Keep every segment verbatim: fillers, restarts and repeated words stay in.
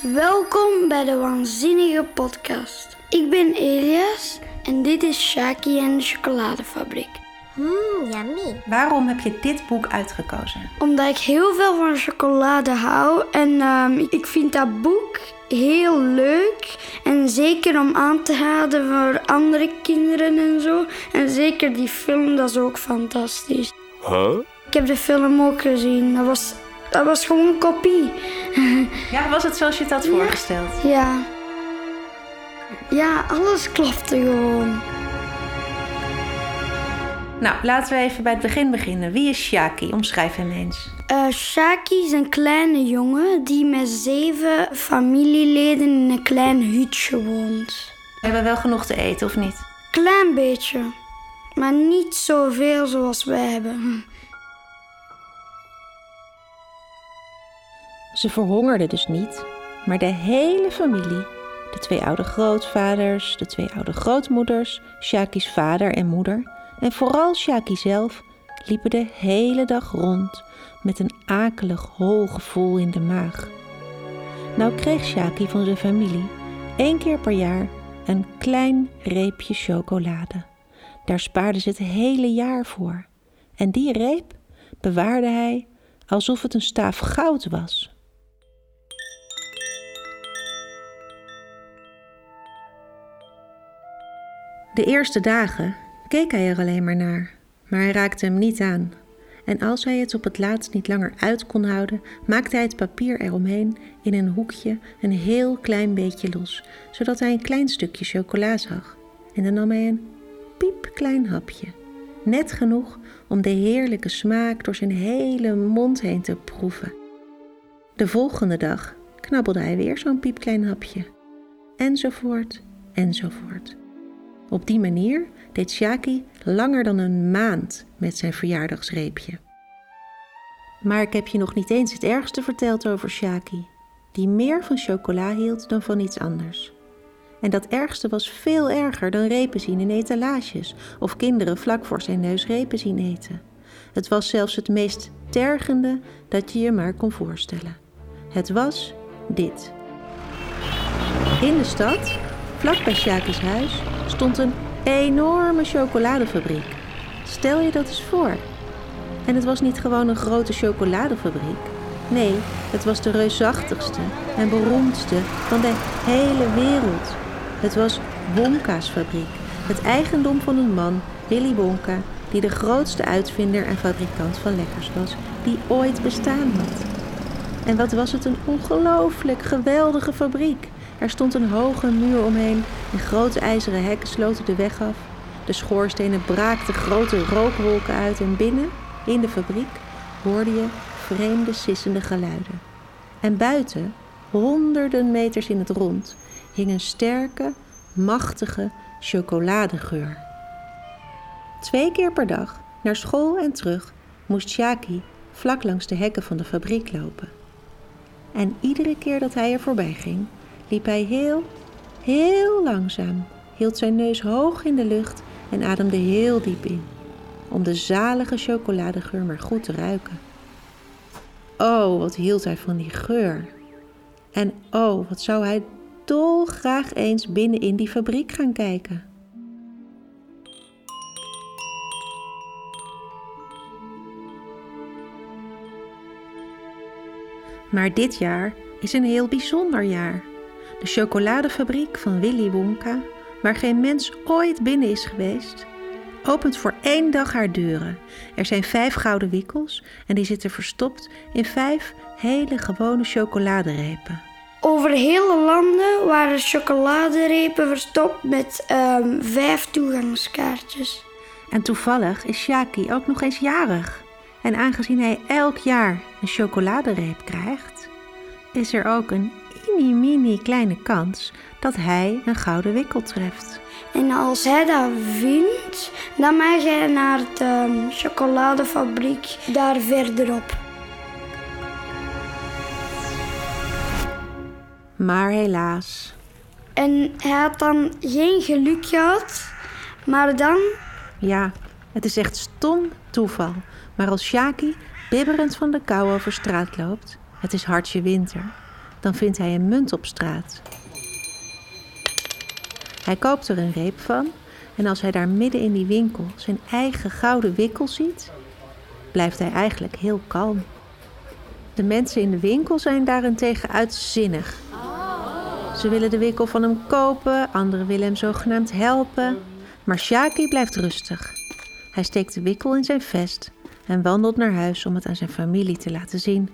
Welkom bij de Waanzinnige Podcast. Ik ben Elias en dit is Shaki en de chocoladefabriek. Mmm, yummy. Waarom heb je dit boek uitgekozen? Omdat ik heel veel van chocolade hou en um, ik vind dat boek heel leuk. En zeker om aan te raden voor andere kinderen en zo. En zeker die film, dat is ook fantastisch. Huh? Ik heb de film ook gezien. Dat was, dat was gewoon een kopie. Ja, was het zoals je het had voorgesteld? Ja. Ja, alles klopte gewoon. Nou, laten we even bij het begin beginnen. Wie is Shaki? Omschrijf hem eens. Uh, Shaki is een kleine jongen die met zeven familieleden in een klein hutje woont. We hebben wel genoeg te eten, of niet? Klein beetje, maar niet zoveel zoals wij hebben. Ze verhongerde dus niet, maar de hele familie, de twee oude grootvaders, de twee oude grootmoeders, Shaki's vader en moeder en vooral Shaki zelf, liepen de hele dag rond met een akelig hol gevoel in de maag. Nou kreeg Shaki van zijn familie één keer per jaar een klein reepje chocolade. Daar spaarden ze het hele jaar voor. En die reep bewaarde hij alsof het een staaf goud was. De eerste dagen keek hij er alleen maar naar, maar hij raakte hem niet aan. En als hij het op het laatst niet langer uit kon houden, maakte hij het papier eromheen in een hoekje een heel klein beetje los, zodat hij een klein stukje chocola zag. En dan nam hij een piepklein hapje, net genoeg om de heerlijke smaak door zijn hele mond heen te proeven. De volgende dag knabbelde hij weer zo'n piepklein hapje, enzovoort, enzovoort. Op die manier deed Shaki langer dan een maand met zijn verjaardagsreepje. Maar ik heb je nog niet eens het ergste verteld over Shaki, die meer van chocola hield dan van iets anders. En dat ergste was veel erger dan repen zien in etalages of kinderen vlak voor zijn neus repen zien eten. Het was zelfs het meest tergende dat je je maar kon voorstellen. Het was dit. In de stad, vlak bij Shaki's huis, stond een enorme chocoladefabriek. Stel je dat eens voor. En het was niet gewoon een grote chocoladefabriek. Nee, het was de reusachtigste en beroemdste van de hele wereld. Het was Wonka's fabriek, het eigendom van een man, Willy Wonka, die de grootste uitvinder en fabrikant van lekkers was die ooit bestaan had. En wat was het een ongelooflijk geweldige fabriek. Er stond een hoge muur omheen en grote ijzeren hekken sloten de weg af. De schoorstenen braakten grote rookwolken uit en binnen, in de fabriek, hoorde je vreemde sissende geluiden. En buiten, honderden meters in het rond, hing een sterke, machtige chocoladegeur. Twee keer per dag, naar school en terug, moest Shaki vlak langs de hekken van de fabriek lopen. En iedere keer dat hij er voorbij ging, liep hij heel, heel langzaam, hield zijn neus hoog in de lucht en ademde heel diep in, om de zalige chocoladegeur maar goed te ruiken. Oh, wat hield hij van die geur. En oh, wat zou hij dolgraag eens binnen in die fabriek gaan kijken. Maar dit jaar is een heel bijzonder jaar. De chocoladefabriek van Willy Wonka, waar geen mens ooit binnen is geweest, opent voor één dag haar deuren. Er zijn vijf gouden wikkels en die zitten verstopt in vijf hele gewone chocoladerepen. Over hele landen waren chocoladerepen verstopt met um, vijf toegangskaartjes. En toevallig is Shaki ook nog eens jarig. En aangezien hij elk jaar een chocoladereep krijgt, is er ook een mini-mini kleine kans dat hij een gouden wikkel treft. En als hij dat vindt, dan mag hij naar de um, chocoladefabriek daar verderop. Maar helaas. En hij had dan geen geluk gehad, maar dan... Ja, het is echt stom toeval. Maar als Shaki bibberend van de kou over straat loopt, het is hartje winter, Dan vindt hij een munt op straat. Hij koopt er een reep van en als hij daar midden in die winkel zijn eigen gouden wikkel ziet, blijft hij eigenlijk heel kalm. De mensen in de winkel zijn daarentegen uitzinnig. Ze willen de wikkel van hem kopen, anderen willen hem zogenaamd helpen. Maar Sjaki blijft rustig. Hij steekt de wikkel in zijn vest en wandelt naar huis om het aan zijn familie te laten zien.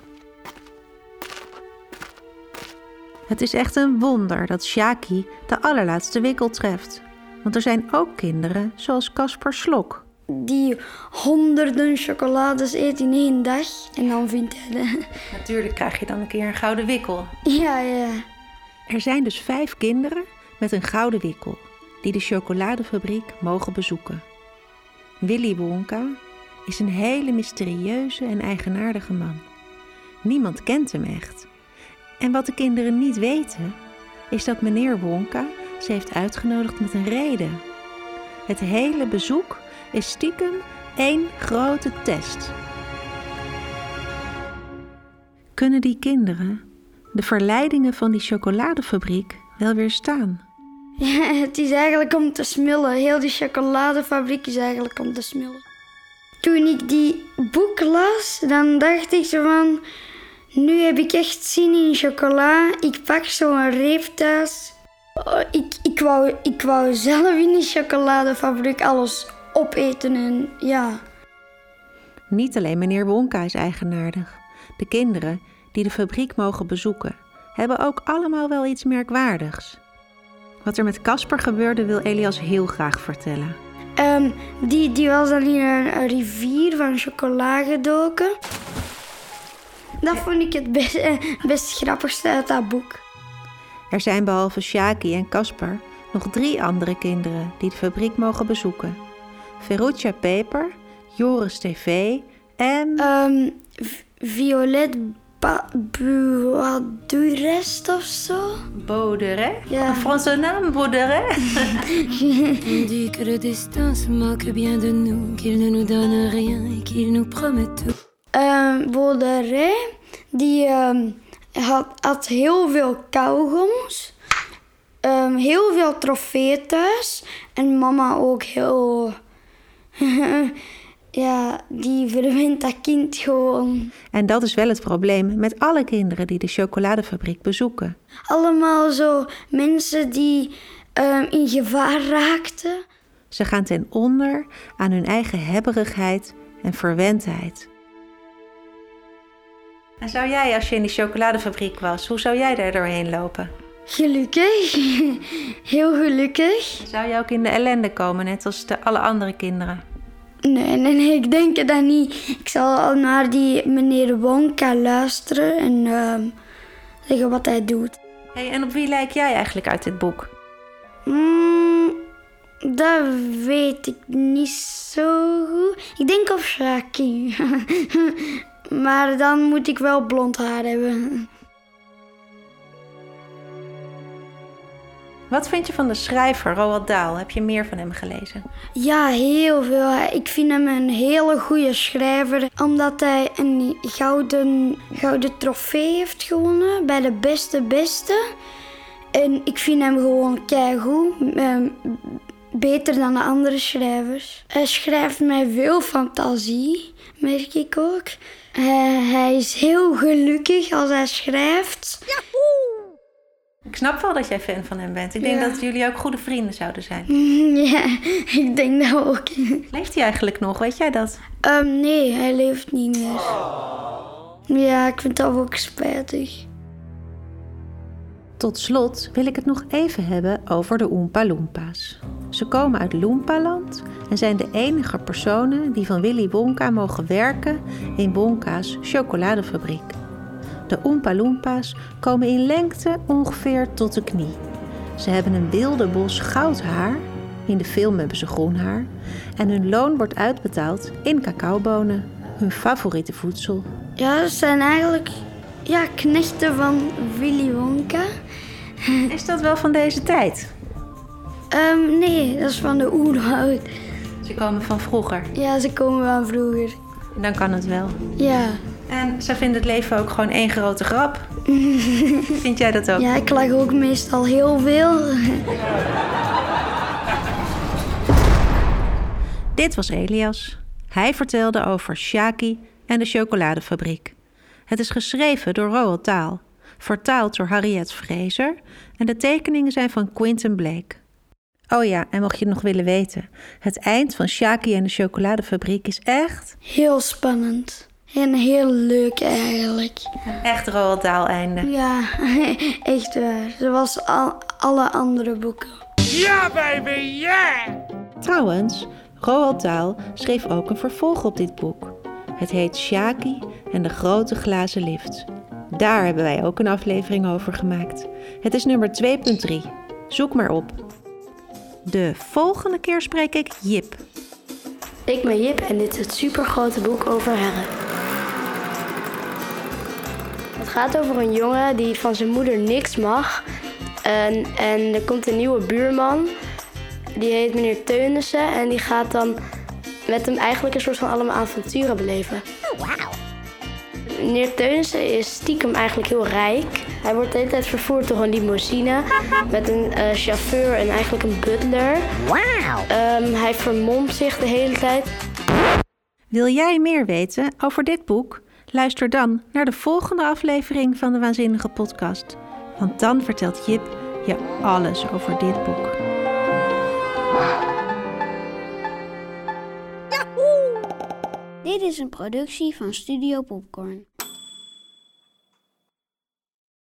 Het is echt een wonder dat Sjaki de allerlaatste wikkel treft. Want er zijn ook kinderen zoals Kasper Slok. Die honderden chocolades eet in één dag en dan vindt hij de... Natuurlijk krijg je dan een keer een gouden wikkel. Ja, ja. Er zijn dus vijf kinderen met een gouden wikkel die de chocoladefabriek mogen bezoeken. Willy Wonka is een hele mysterieuze en eigenaardige man. Niemand kent hem echt. En wat de kinderen niet weten, is dat meneer Wonka ze heeft uitgenodigd met een reden. Het hele bezoek is stiekem één grote test. Kunnen die kinderen de verleidingen van die chocoladefabriek wel weerstaan? Ja, het is eigenlijk om te smullen. Heel die chocoladefabriek is eigenlijk om te smullen. Toen ik die boek las, dan dacht ik zo van... Nu heb ik echt zin in chocola. Ik pak zo'n reep thuis. Oh, ik, ik, wou, ik wou zelf in die chocoladefabriek alles opeten en ja. Niet alleen meneer Wonka is eigenaardig. De kinderen die de fabriek mogen bezoeken, hebben ook allemaal wel iets merkwaardigs. Wat er met Kasper gebeurde wil Elias heel graag vertellen. Um, die, die was dan in een, een rivier van chocola gedoken. Dat vond ik het best, eh, best grappigste uit dat boek. Er zijn behalve Sjaki en Kasper nog drie andere kinderen die de fabriek mogen bezoeken. Ferruccia Peper, Joris T V en... Um, Violet ba- Boisdurest of zo? Baudelaire? Ja. Een Franse naam, Baudelaire? On dit que le destin se moque bien de nous, qu'il ne nous donne rien et qu'il nous promet tout. Um, Baudelaire, die um, had, had heel veel kauwgoms, um, heel veel trofeeën thuis en mama ook heel... ja, die verwint dat kind gewoon. En dat is wel het probleem met alle kinderen die de chocoladefabriek bezoeken. Allemaal zo mensen die um, in gevaar raakten. Ze gaan ten onder aan hun eigen hebberigheid en verwendheid. En zou jij, als je in die chocoladefabriek was, hoe zou jij daar doorheen lopen? Gelukkig, heel gelukkig. Zou je ook in de ellende komen, net als de alle andere kinderen? Nee, nee, nee, ik denk dat niet. Ik zal al naar die meneer Wonka luisteren en uh, zeggen wat hij doet. Hey, en op wie lijk jij eigenlijk uit dit boek? Mm, dat weet ik niet zo goed. Ik denk op Sjaki. Maar dan moet ik wel blond haar hebben. Wat vind je van de schrijver Roald Dahl? Heb je meer van hem gelezen? Ja, heel veel. Ik vind hem een hele goede schrijver. Omdat hij een gouden, gouden trofee heeft gewonnen bij de beste beste. En ik vind hem gewoon keigoed. Beter dan de andere schrijvers. Hij schrijft met veel fantasie, merk ik ook. Hij, hij is heel gelukkig als hij schrijft. Ik snap wel dat jij fan van hem bent. Ik denk Ja. dat jullie ook goede vrienden zouden zijn. Ja, ik denk dat ook. Leeft hij eigenlijk nog? Weet jij dat? Um, nee, hij leeft niet meer. Ja, ik vind dat ook spijtig. Tot slot wil ik het nog even hebben over de Oompa Loompas. Ze komen uit Loempaland en zijn de enige personen die van Willy Wonka mogen werken in Wonka's chocoladefabriek. De Oompa Loompas komen in lengte ongeveer tot de knie. Ze hebben een wilde bos goud haar, in de film hebben ze groen haar, en hun loon wordt uitbetaald in cacaobonen, hun favoriete voedsel. Ja, ze zijn eigenlijk ja, knechten van Willy Wonka. Is dat wel van deze tijd? Um, nee, dat is van de oerwoud. Ze komen van vroeger. Ja, ze komen van vroeger. Dan kan het wel. Ja. En ze vinden het leven ook gewoon één grote grap. Vind jij dat ook? Ja, ik lach ook meestal heel veel. Dit was Elias. Hij vertelde over Shaki en de chocoladefabriek. Het is geschreven door Roald Dahl, vertaald door Harriet Fraser en de tekeningen zijn van Quentin Blake. Oh ja, en mocht je het nog willen weten, het eind van Shaki en de chocoladefabriek is echt... Heel spannend. En heel leuk eigenlijk. Echt Roald Dahl einde. Ja, echt waar. Zoals al, alle andere boeken. Ja, baby, yeah! Trouwens, Roald Dahl schreef ook een vervolg op dit boek. Het heet Shaki en de grote glazen lift. Daar hebben wij ook een aflevering over gemaakt. Het is nummer twee punt drie. Zoek maar op. De volgende keer spreek ik Jip. Ik ben Jip en dit is het supergrote boek over herren. Het gaat over een jongen die van zijn moeder niks mag. En, en er komt een nieuwe buurman. Die heet meneer Teunissen en die gaat dan met hem eigenlijk een soort van allemaal avonturen beleven. Oh, wauw. Meneer Teunissen is stiekem eigenlijk heel rijk. Hij wordt de hele tijd vervoerd door een limousine met een uh, chauffeur en eigenlijk een butler. Wauw. Um, hij vermomt zich de hele tijd. Wil jij meer weten over dit boek? Luister dan naar de volgende aflevering van de Waanzinnige Podcast. Want dan vertelt Jip je alles over dit boek. Dit is een productie van Studio Popcorn.